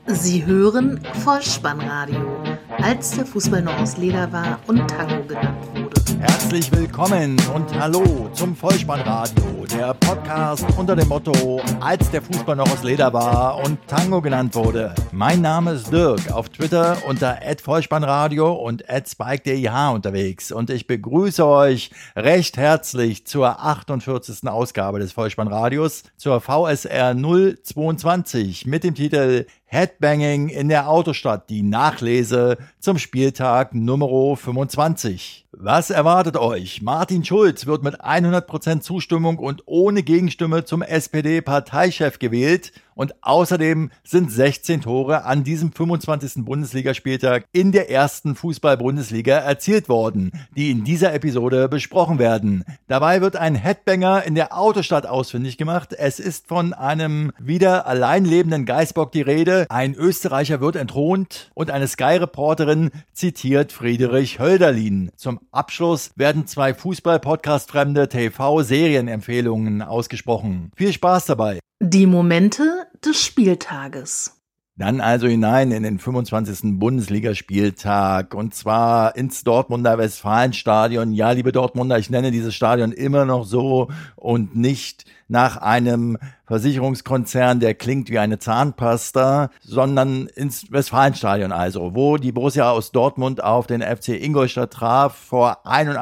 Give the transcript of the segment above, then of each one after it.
Sie hören Vollspannradio, als der Fußball noch aus Leder war und Tango genannt wurde. Herzlich willkommen und hallo zum Vollspannradio, der Podcast unter dem Motto, als der Fußball noch aus Leder war und Tango genannt wurde. Mein Name ist Dirk, auf Twitter unter @Vollspannradio und @SpikeDIH unterwegs und ich begrüße euch recht herzlich zur 48. Ausgabe des Vollspannradios, zur VSR 022 mit dem Titel Headbanging in der Autostadt, die Nachlese zum Spieltag Nummer 25. Was erwartet euch? Martin Schulz wird mit 100% Zustimmung und ohne Gegenstimme zum SPD-Parteichef gewählt und außerdem sind 16 Tore an diesem 25. Bundesligaspieltag in der ersten Fußball-Bundesliga erzielt worden, die in dieser Episode besprochen werden. Dabei wird ein Headbanger in der Autostadt ausfindig gemacht. Es ist von einem wieder allein lebenden Geißbock die Rede. Ein Österreicher wird entthront und eine Sky-Reporterin zitiert Friedrich Hölderlin. Zum Abschluss werden 2 Fußball-Podcast-fremde TV-Serienempfehlungen ausgesprochen. Viel Spaß dabei! Die Momente des Spieltages. Dann also hinein in den 25. Bundesligaspieltag und zwar ins Dortmunder Westfalenstadion. Ja, liebe Dortmunder, ich nenne dieses Stadion immer noch so und nicht nach einem Versicherungskonzern, der klingt wie eine Zahnpasta, sondern ins Westfalenstadion also, wo die Borussia aus Dortmund auf den FC Ingolstadt traf, vor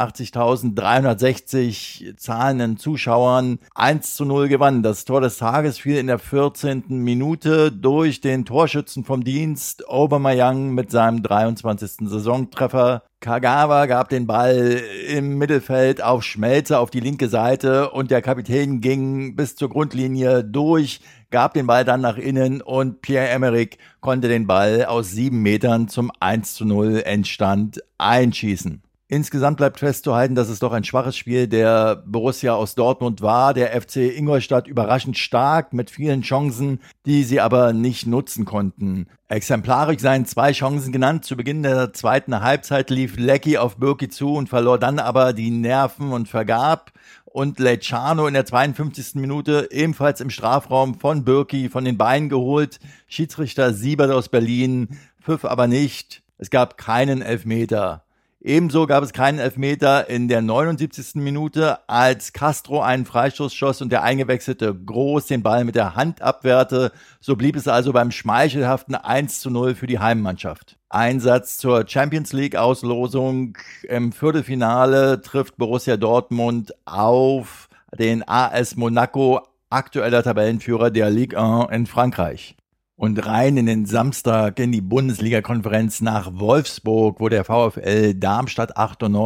81.360 zahlenden Zuschauern 1:0 gewann. Das Tor des Tages fiel in der 14. Minute durch den Torschützen vom Dienst, Aubameyang mit seinem 23. Saisontreffer. Kagawa gab den Ball im Mittelfeld auf Schmelzer auf die linke Seite und der Kapitän ging bis zur Grundlinie durch, gab den Ball dann nach innen und Pierre-Emerick konnte den Ball aus 7 Metern zum 1:0 Endstand einschießen. Insgesamt bleibt festzuhalten, dass es doch ein schwaches Spiel der Borussia aus Dortmund war. Der FC Ingolstadt überraschend stark mit vielen Chancen, die sie aber nicht nutzen konnten. Exemplarisch seien 2 Chancen genannt. Zu Beginn der zweiten Halbzeit lief Lecky auf Bürki zu und verlor dann aber die Nerven und vergab. Und Leciano in der 52. Minute ebenfalls im Strafraum von Bürki von den Beinen geholt. Schiedsrichter Siebert aus Berlin pfiff aber nicht. Es gab keinen Elfmeter. Ebenso gab es keinen Elfmeter in der 79. Minute, als Castro einen Freistoß schoss und der eingewechselte Groß den Ball mit der Hand abwehrte. So blieb es also beim schmeichelhaften 1:0 für die Heimmannschaft. Einsatz zur Champions League Auslosung. Im Viertelfinale trifft Borussia Dortmund auf den AS Monaco, aktueller Tabellenführer der Ligue 1 in Frankreich. Und rein in den Samstag in die Bundesliga-Konferenz nach Wolfsburg, wo der VfL Darmstadt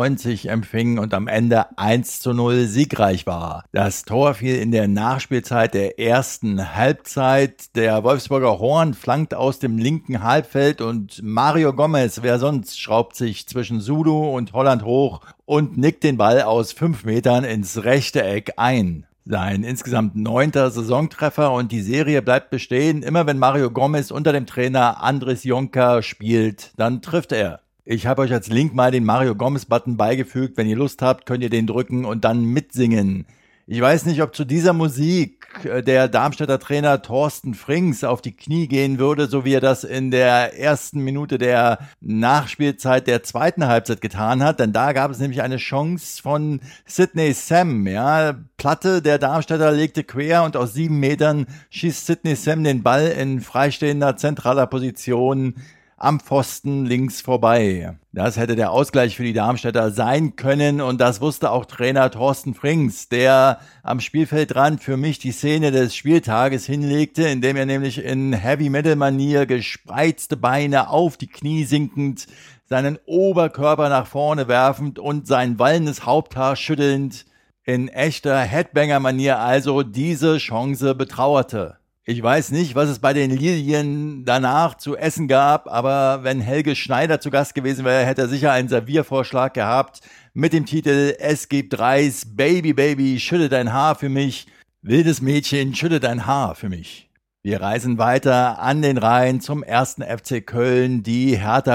98 empfing und am Ende 1:0 siegreich war. Das Tor fiel in der Nachspielzeit der ersten Halbzeit. Der Wolfsburger Horn flankt aus dem linken Halbfeld und Mario Gomez, wer sonst, schraubt sich zwischen Sulu und Holland hoch und nickt den Ball aus 5 Metern ins rechte Eck ein. Sein insgesamt 9. Saisontreffer und die Serie bleibt bestehen. Immer wenn Mario Gomez unter dem Trainer Andres Jonker spielt, dann trifft er. Ich habe euch als Link mal den Mario Gomez-Button beigefügt. Wenn ihr Lust habt, könnt ihr den drücken und dann mitsingen. Ich weiß nicht, ob zu dieser Musik der Darmstädter Trainer Thorsten Frings auf die Knie gehen würde, so wie er das in der ersten Minute der Nachspielzeit der zweiten Halbzeit getan hat, denn da gab es nämlich eine Chance von Sidney Sam, ja, Platte der Darmstädter legte quer und aus 7 Metern schießt Sidney Sam den Ball in freistehender zentraler Position am Pfosten links vorbei. Das hätte der Ausgleich für die Darmstädter sein können und das wusste auch Trainer Thorsten Frings, der am Spielfeldrand für mich die Szene des Spieltages hinlegte, indem er nämlich in Heavy-Metal-Manier gespreizte Beine auf die Knie sinkend, seinen Oberkörper nach vorne werfend und sein wallendes Haupthaar schüttelnd, in echter Headbanger-Manier also diese Chance betrauerte. Ich weiß nicht, was es bei den Lilien danach zu essen gab, aber wenn Helge Schneider zu Gast gewesen wäre, hätte er sicher einen Serviervorschlag gehabt mit dem Titel Es gibt Reis, Baby, Baby, schütte dein Haar für mich, wildes Mädchen, schütte dein Haar für mich. Wir reisen weiter an den Rhein zum 1. FC Köln, die Hertha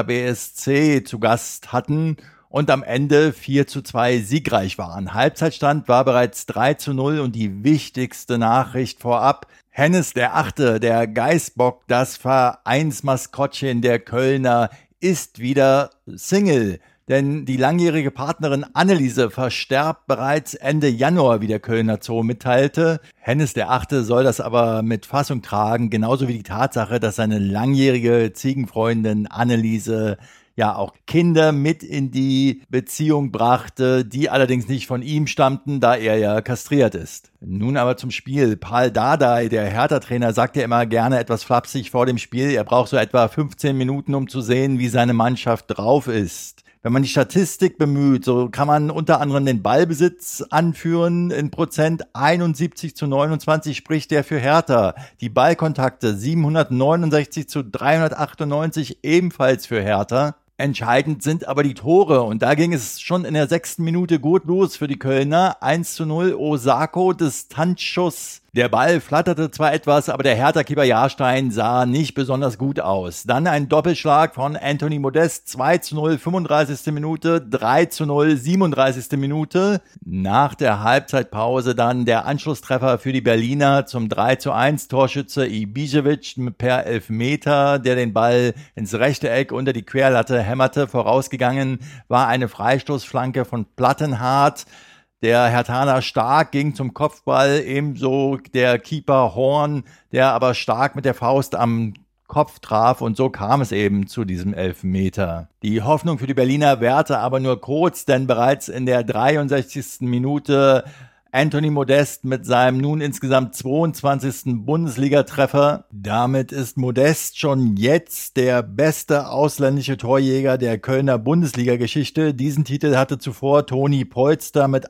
BSC zu Gast hatten und am Ende 4:2 siegreich waren. Halbzeitstand war bereits 3:0 und die wichtigste Nachricht vorab: Hennes der Achte, der Geißbock, das Vereinsmaskottchen der Kölner, ist wieder Single. Denn die langjährige Partnerin Anneliese verstarb bereits Ende Januar, wie der Kölner Zoo mitteilte. Hennes der Achte soll das aber mit Fassung tragen, genauso wie die Tatsache, dass seine langjährige Ziegenfreundin Anneliese ja auch Kinder mit in die Beziehung brachte, die allerdings nicht von ihm stammten, da er ja kastriert ist. Nun aber zum Spiel. Paul Dardai, der Hertha-Trainer, sagt ja immer gerne etwas flapsig vor dem Spiel. Er braucht so etwa 15 Minuten, um zu sehen, wie seine Mannschaft drauf ist. Wenn man die Statistik bemüht, so kann man unter anderem den Ballbesitz anführen. In Prozent 71:29 spricht der für Hertha. Die Ballkontakte 769:398 ebenfalls für Hertha. Entscheidend sind aber die Tore und da ging es schon in der 6. Minute gut los für die Kölner. 1:0 Osako, Distanzschuss. Der Ball flatterte zwar etwas, aber der Hertha-Keeper Jahrstein sah nicht besonders gut aus. Dann ein Doppelschlag von Anthony Modest, 2:0, 35. Minute, 3:0, 37. Minute. Nach der Halbzeitpause dann der Anschlusstreffer für die Berliner zum 3:1. Torschütze Ibišević per Elfmeter, der den Ball ins rechte Eck unter die Querlatte hämmerte. Vorausgegangen war eine Freistoßflanke von Plattenhardt. Der Herthaner Stark ging zum Kopfball, ebenso der Keeper Horn, der aber Stark mit der Faust am Kopf traf und so kam es eben zu diesem Elfmeter. Die Hoffnung für die Berliner währte aber nur kurz, denn bereits in der 63. Minute Anthony Modest mit seinem nun insgesamt 22. Bundesliga-Treffer. Damit ist Modest schon jetzt der beste ausländische Torjäger der Kölner Bundesliga-Geschichte. Diesen Titel hatte zuvor Toni Polster mit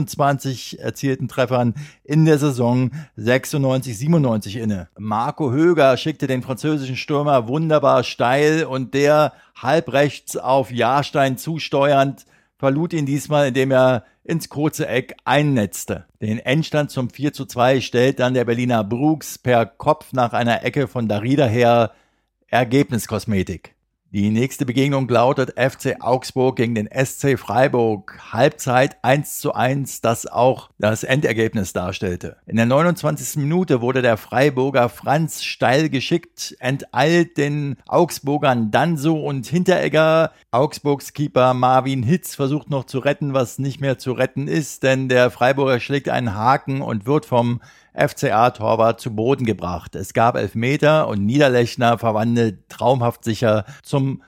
21 erzielten Treffern in der Saison 96/97 inne. Marco Höger schickte den französischen Stürmer wunderbar steil und der halbrechts auf Jahrstein zusteuernd verlud ihn diesmal, indem er ins kurze Eck einnetzte. Den Endstand zum 4:2 stellt dann der Berliner Brooks per Kopf nach einer Ecke von Darida her. Ergebniskosmetik. Die nächste Begegnung lautet FC Augsburg gegen den SC Freiburg. Halbzeit 1:1, das auch das Endergebnis darstellte. In der 29. Minute wurde der Freiburger Franz steil geschickt, enteilt den Augsburgern Danso und Hinteregger. Augsburgs Keeper Marvin Hitz versucht noch zu retten, was nicht mehr zu retten ist, denn der Freiburger schlägt einen Haken und wird vom FCA-Torwart zu Boden gebracht. Es gab Elfmeter und Niederlechner verwandelt traumhaft sicher zum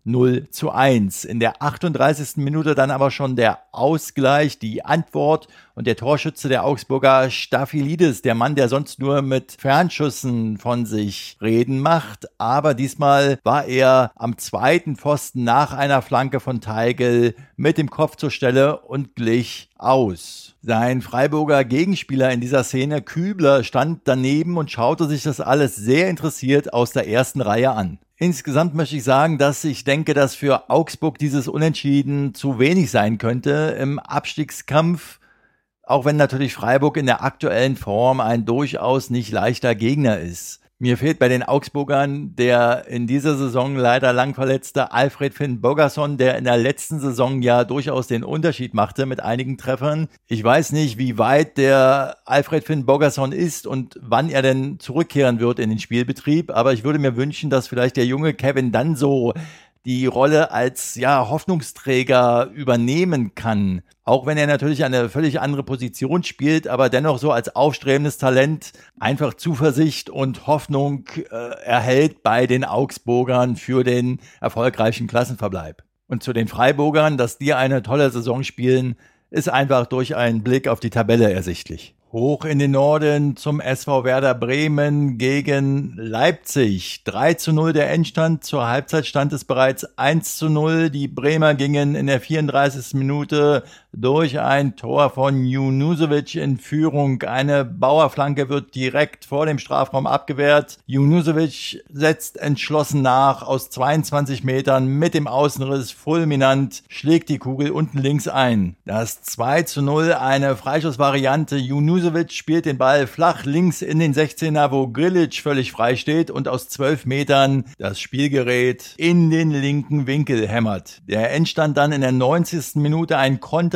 0:1. In der 38. Minute dann aber schon der Ausgleich, die Antwort und der Torschütze der Augsburger Staphylidis, der Mann, der sonst nur mit Fernschüssen von sich reden macht. Aber diesmal war er am zweiten Pfosten nach einer Flanke von Teigl mit dem Kopf zur Stelle und glich aus. Sein Freiburger Gegenspieler in dieser Szene, Kübler, stand daneben und schaute sich das alles sehr interessiert aus der ersten Reihe an. Insgesamt möchte ich sagen, dass ich denke, dass für Augsburg dieses Unentschieden zu wenig sein könnte im Abstiegskampf, auch wenn natürlich Freiburg in der aktuellen Form ein durchaus nicht leichter Gegner ist. Mir fehlt bei den Augsburgern der in dieser Saison leider lang verletzte Alfred Finn Bogason, der in der letzten Saison ja durchaus den Unterschied machte mit einigen Treffern. Ich weiß nicht, wie weit der Alfred Finn Bogason ist und wann er denn zurückkehren wird in den Spielbetrieb, aber ich würde mir wünschen, dass vielleicht der junge Kevin Danso die Rolle als Hoffnungsträger übernehmen kann. Auch wenn er natürlich eine völlig andere Position spielt, aber dennoch so als aufstrebendes Talent einfach Zuversicht und Hoffnung erhält bei den Augsburgern für den erfolgreichen Klassenverbleib. Und zu den Freiburgern, dass die eine tolle Saison spielen, ist einfach durch einen Blick auf die Tabelle ersichtlich. Hoch in den Norden zum SV Werder Bremen gegen Leipzig. 3:0 der Endstand, zur Halbzeit stand es bereits 1:0. Die Bremer gingen in der 34. Minute durch ein Tor von Junuzovic in Führung. Eine Bauerflanke wird direkt vor dem Strafraum abgewehrt. Junuzovic setzt entschlossen nach aus 22 Metern mit dem Außenriss fulminant, schlägt die Kugel unten links ein. Das 2:0, eine Freischussvariante. Junuzovic spielt den Ball flach links in den 16er, wo Grilic völlig frei steht und aus 12 Metern das Spielgerät in den linken Winkel hämmert. Der Endstand dann in der 90. Minute ein Konter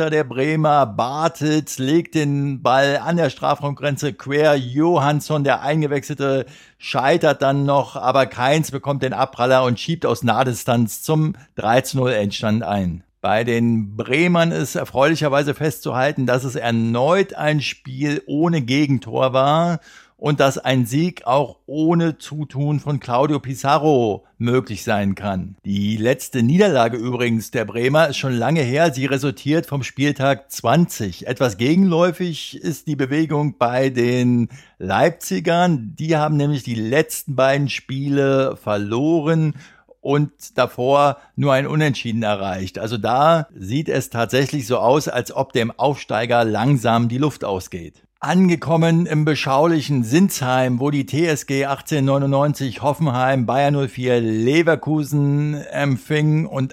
Konter der Bremer. Bartels legt den Ball an der Strafraumgrenze quer. Johansson, der Eingewechselte, scheitert dann noch, aber Kainz bekommt den Abpraller und schiebt aus Nahdistanz zum 3:0 Endstand ein. Bei den Bremern ist erfreulicherweise festzuhalten, dass es erneut ein Spiel ohne Gegentor war und dass ein Sieg auch ohne Zutun von Claudio Pizarro möglich sein kann. Die letzte Niederlage übrigens der Bremer ist schon lange her. Sie resultiert vom Spieltag 20. Etwas gegenläufig ist die Bewegung bei den Leipzigern. Die haben nämlich die letzten beiden Spiele verloren und davor nur ein Unentschieden erreicht. Also da sieht es tatsächlich so aus, als ob dem Aufsteiger langsam die Luft ausgeht. Angekommen im beschaulichen Sinsheim, wo die TSG 1899 Hoffenheim Bayer 04 Leverkusen empfing und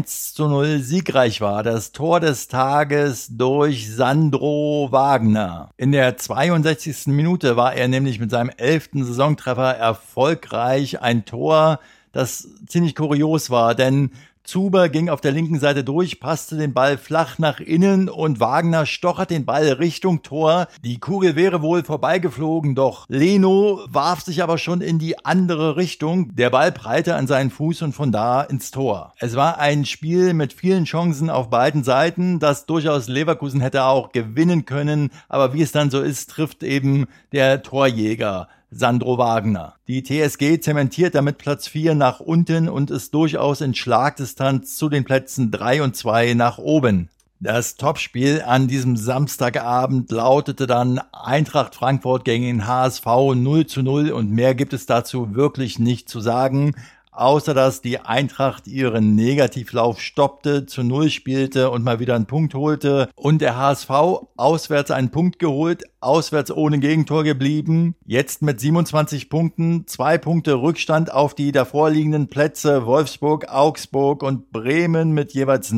1:0 siegreich war. Das Tor des Tages durch Sandro Wagner. In der 62. Minute war er nämlich mit seinem 11. Saisontreffer erfolgreich. Ein Tor, das ziemlich kurios war, denn Zuber ging auf der linken Seite durch, passte den Ball flach nach innen und Wagner stochert den Ball Richtung Tor. Die Kugel wäre wohl vorbeigeflogen, doch Leno warf sich aber schon in die andere Richtung. Der Ball prallte an seinen Fuß und von da ins Tor. Es war ein Spiel mit vielen Chancen auf beiden Seiten, das durchaus Leverkusen hätte auch gewinnen können, aber wie es dann so ist, trifft eben der Torjäger Sandro Wagner. Die TSG zementiert damit Platz 4 nach unten und ist durchaus in Schlagdistanz zu den Plätzen 3 und 2 nach oben. Das Topspiel an diesem Samstagabend lautete dann Eintracht Frankfurt gegen den HSV 0:0 und mehr gibt es dazu wirklich nicht zu sagen, außer dass die Eintracht ihren Negativlauf stoppte, zu 0 spielte und mal wieder einen Punkt holte und der HSV auswärts einen Punkt geholt, auswärts ohne Gegentor geblieben, jetzt mit 27 Punkten, 2 Punkte Rückstand auf die davorliegenden Plätze Wolfsburg, Augsburg und Bremen mit jeweils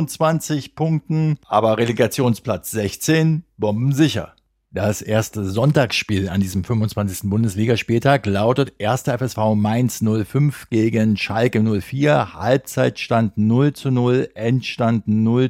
29 Punkten, aber Relegationsplatz 16 bombensicher. Das erste Sonntagsspiel an diesem 25. Bundesligaspieltag lautet 1. FSV Mainz 05 gegen Schalke 04, Halbzeitstand 0:0, Endstand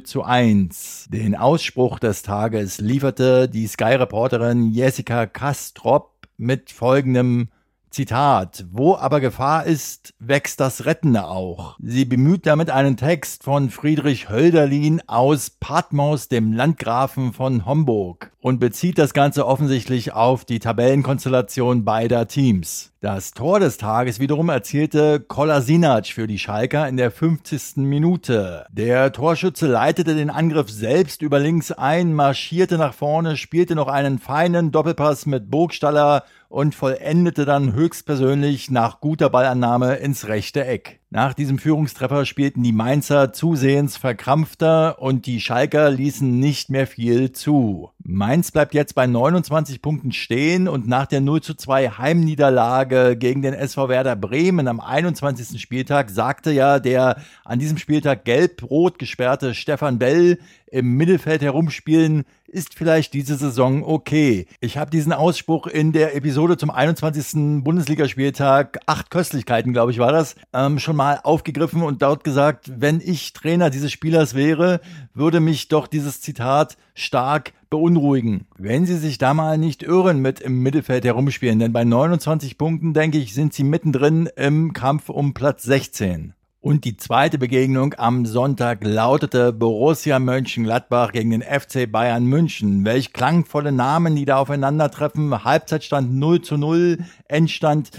0:1. Den Ausspruch des Tages lieferte die Sky-Reporterin Jessica Kastrop mit folgendem Zitat: Wo aber Gefahr ist, wächst das Rettende auch. Sie bemüht damit einen Text von Friedrich Hölderlin aus Patmos, dem Landgrafen von Homburg, und bezieht das Ganze offensichtlich auf die Tabellenkonstellation beider Teams. Das Tor des Tages wiederum erzielte Kolasinac für die Schalker in der 50. Minute. Der Torschütze leitete den Angriff selbst über links ein, marschierte nach vorne, spielte noch einen feinen Doppelpass mit Burgstaller und vollendete dann höchstpersönlich nach guter Ballannahme ins rechte Eck. Nach diesem Führungstreffer spielten die Mainzer zusehends verkrampfter und die Schalker ließen nicht mehr viel zu. Mainz bleibt jetzt bei 29 Punkten stehen und nach der 0:2 Heimniederlage gegen den SV Werder Bremen am 21. Spieltag sagte ja der an diesem Spieltag gelb-rot gesperrte Stefan Bell, im Mittelfeld herumspielen ist vielleicht diese Saison okay. Ich habe diesen Ausspruch in der Episode zum 21. Bundesligaspieltag, 8 Köstlichkeiten, glaube ich, war das, schon mal aufgegriffen und dort gesagt, wenn ich Trainer dieses Spielers wäre, würde mich doch dieses Zitat stark beunruhigen. Wenn Sie sich da mal nicht irren mit im Mittelfeld herumspielen, denn bei 29 Punkten, denke ich, sind Sie mittendrin im Kampf um Platz 16. Und die zweite Begegnung am Sonntag lautete Borussia Mönchengladbach gegen den FC Bayern München. Welch klangvolle Namen, die da aufeinandertreffen. Halbzeitstand 0:0, Endstand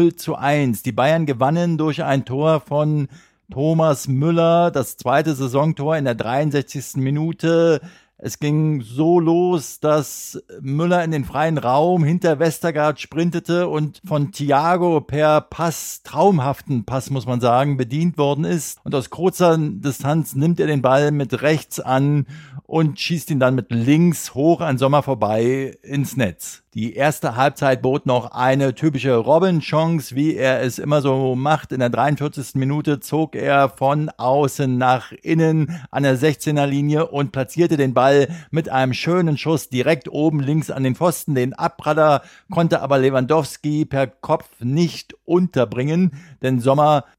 0:1. Die Bayern gewannen durch ein Tor von Thomas Müller, das zweite Saisontor in der 63. Minute. Es ging so los, dass Müller in den freien Raum hinter Westergaard sprintete und von Thiago per Pass, traumhaften Pass muss man sagen, bedient worden ist. Und aus kurzer Distanz nimmt er den Ball mit rechts an und schießt ihn dann mit links hoch an Sommer vorbei ins Netz. Die erste Halbzeit bot noch eine typische Robben-Chance, wie er es immer so macht. In der 43. Minute zog er von außen nach innen an der 16er Linie und platzierte den Ball mit einem schönen Schuss direkt oben links an den Pfosten. Den Abpraller konnte aber Lewandowski per Kopf nicht unterbringen, denn Sommer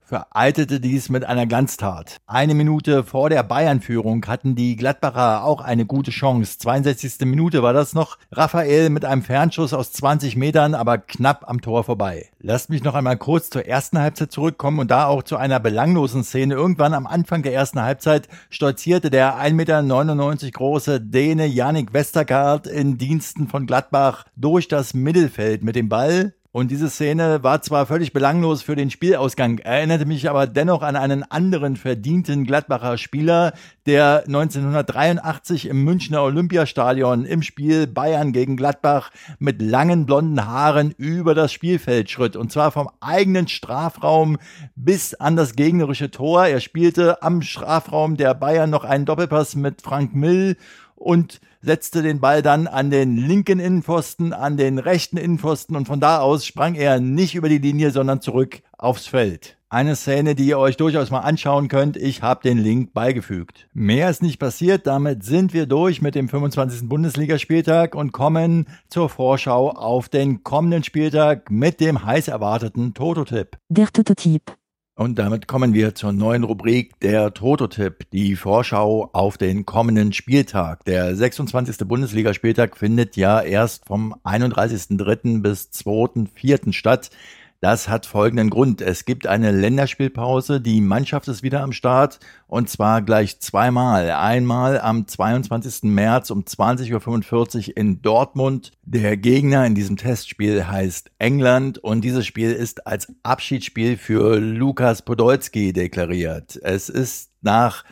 vereitelte dies mit einer Glanztat. 1 Minute vor der Bayern-Führung hatten die Gladbacher auch eine gute Chance. 62. Minute war das noch. Raphael mit einem Fernschuss aus 20 Metern, aber knapp am Tor vorbei. Lasst mich noch einmal kurz zur ersten Halbzeit zurückkommen und da auch zu einer belanglosen Szene. Irgendwann am Anfang der ersten Halbzeit stolzierte der 1,99 Meter große Däne Jannik Vestergaard in Diensten von Gladbach durch das Mittelfeld mit dem Ball. Und diese Szene war zwar völlig belanglos für den Spielausgang, erinnerte mich aber dennoch an einen anderen verdienten Gladbacher Spieler, der 1983 im Münchner Olympiastadion im Spiel Bayern gegen Gladbach mit langen blonden Haaren über das Spielfeld schritt. Und zwar vom eigenen Strafraum bis an das gegnerische Tor. Er spielte am Strafraum der Bayern noch einen Doppelpass mit Frank Mill und setzte den Ball dann an den linken Innenpfosten, an den rechten Innenpfosten und von da aus sprang er nicht über die Linie, sondern zurück aufs Feld. Eine Szene, die ihr euch durchaus mal anschauen könnt. Ich habe den Link beigefügt. Mehr ist nicht passiert. Damit sind wir durch mit dem 25. Bundesligaspieltag und kommen zur Vorschau auf den kommenden Spieltag mit dem heiß erwarteten Toto-Tipp. Der Toto-Tipp. Und damit kommen wir zur neuen Rubrik, der Toto-Tipp, die Vorschau auf den kommenden Spieltag. Der 26. Bundesligaspieltag findet ja erst vom 31.03. bis 2.04. statt. Das hat folgenden Grund. Es gibt eine Länderspielpause, die Mannschaft ist wieder am Start und zwar gleich zweimal. Einmal am 22. März um 20.45 Uhr in Dortmund. Der Gegner in diesem Testspiel heißt England und dieses Spiel ist als Abschiedsspiel für Lukas Podolski deklariert. Es ist nach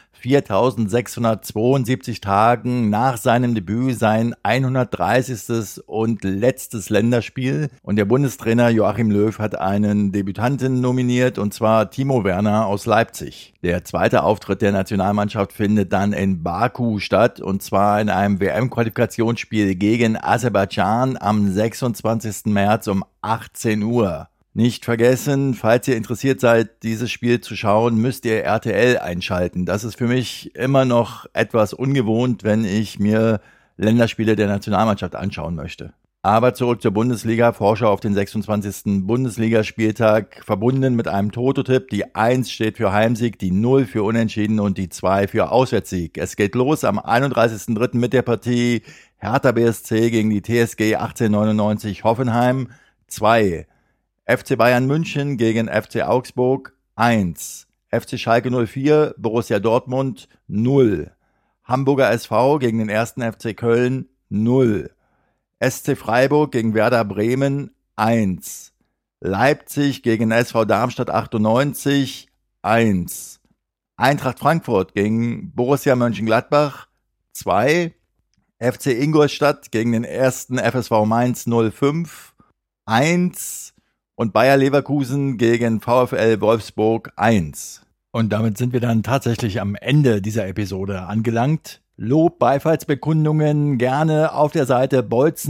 4.672 Tagen nach seinem Debüt sein 130. und letztes Länderspiel. Und der Bundestrainer Joachim Löw hat einen Debütanten nominiert, und zwar Timo Werner aus Leipzig. Der zweite Auftritt der Nationalmannschaft findet dann in Baku statt, und zwar in einem WM-Qualifikationsspiel gegen Aserbaidschan am 26. März um 18 Uhr. Nicht vergessen, falls ihr interessiert seid, dieses Spiel zu schauen, müsst ihr RTL einschalten. Das ist für mich immer noch etwas ungewohnt, wenn ich mir Länderspiele der Nationalmannschaft anschauen möchte. Aber zurück zur Bundesliga, Vorschau auf den 26. Bundesligaspieltag, verbunden mit einem Toto-Tipp. Die 1 steht für Heimsieg, die 0 für Unentschieden und die 2 für Auswärtssieg. Es geht los am 31.03. mit der Partie Hertha BSC gegen die TSG 1899 Hoffenheim 2. FC Bayern München gegen FC Augsburg 1. FC Schalke 04, Borussia Dortmund 0. Hamburger SV gegen den 1. FC Köln 0. SC Freiburg gegen Werder Bremen 1. Leipzig gegen SV Darmstadt 98 1. Eintracht Frankfurt gegen Borussia Mönchengladbach 2. FC Ingolstadt gegen den 1. FSV Mainz 05 1. Und Bayer Leverkusen gegen VfL Wolfsburg 1. Und damit sind wir dann tatsächlich am Ende dieser Episode angelangt. Lob, Beifallsbekundungen gerne auf der Seite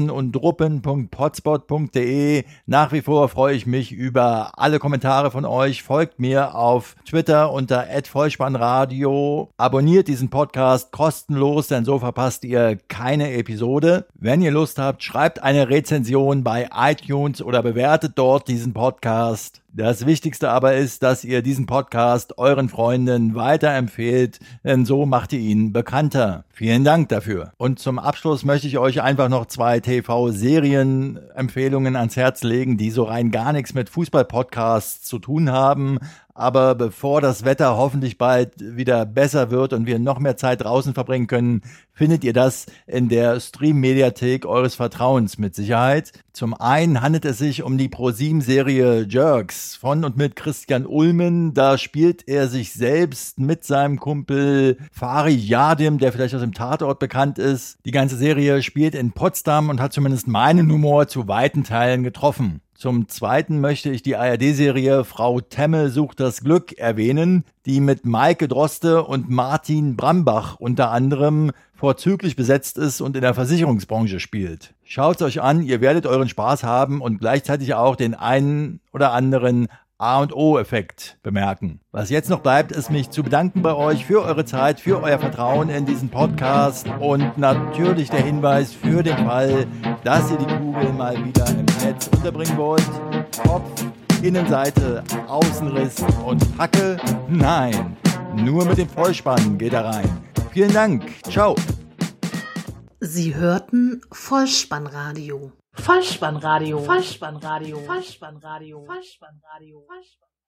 bolzenundruppen.potspot.de. Nach wie vor freue ich mich über alle Kommentare von euch. Folgt mir auf Twitter unter @Vollspannradio. Abonniert diesen Podcast kostenlos, denn so verpasst ihr keine Episode. Wenn ihr Lust habt, schreibt eine Rezension bei iTunes oder bewertet dort diesen Podcast. Das Wichtigste aber ist, dass ihr diesen Podcast euren Freunden weiterempfehlt, denn so macht ihr ihn bekannter. Vielen Dank dafür. Und zum Abschluss möchte ich euch einfach noch 2 TV-Serien-Empfehlungen ans Herz legen, die so rein gar nichts mit Fußball-Podcasts zu tun haben. Aber bevor das Wetter hoffentlich bald wieder besser wird und wir noch mehr Zeit draußen verbringen können, findet ihr das in der Stream-Mediathek eures Vertrauens mit Sicherheit. Zum einen handelt es sich um die ProSieben-Serie Jerks von und mit Christian Ulmen. Da spielt er sich selbst mit seinem Kumpel Fari Yadim, der vielleicht aus dem Tatort bekannt ist. Die ganze Serie spielt in Potsdam und hat zumindest meinen Humor zu weiten Teilen getroffen. Zum Zweiten möchte ich die ARD-Serie Frau Temme sucht das Glück erwähnen, die mit Maike Droste und Martin Brambach unter anderem vorzüglich besetzt ist und in der Versicherungsbranche spielt. Schaut's euch an, ihr werdet euren Spaß haben und gleichzeitig auch den einen oder anderen A&O-Effekt bemerken. Was jetzt noch bleibt, ist mich zu bedanken bei euch für eure Zeit, für euer Vertrauen in diesen Podcast und natürlich der Hinweis für den Fall, dass ihr die Kugel mal wieder im Netz unterbringen wollt. Kopf, Innenseite, Außenriss und Hacke? Nein, nur mit dem Vollspann geht er rein. Vielen Dank, ciao. Sie hörten Vollspannradio. Vollspannradio. Vollspannradio. Vollspannradio. Vollspannradio. Vollspannradio.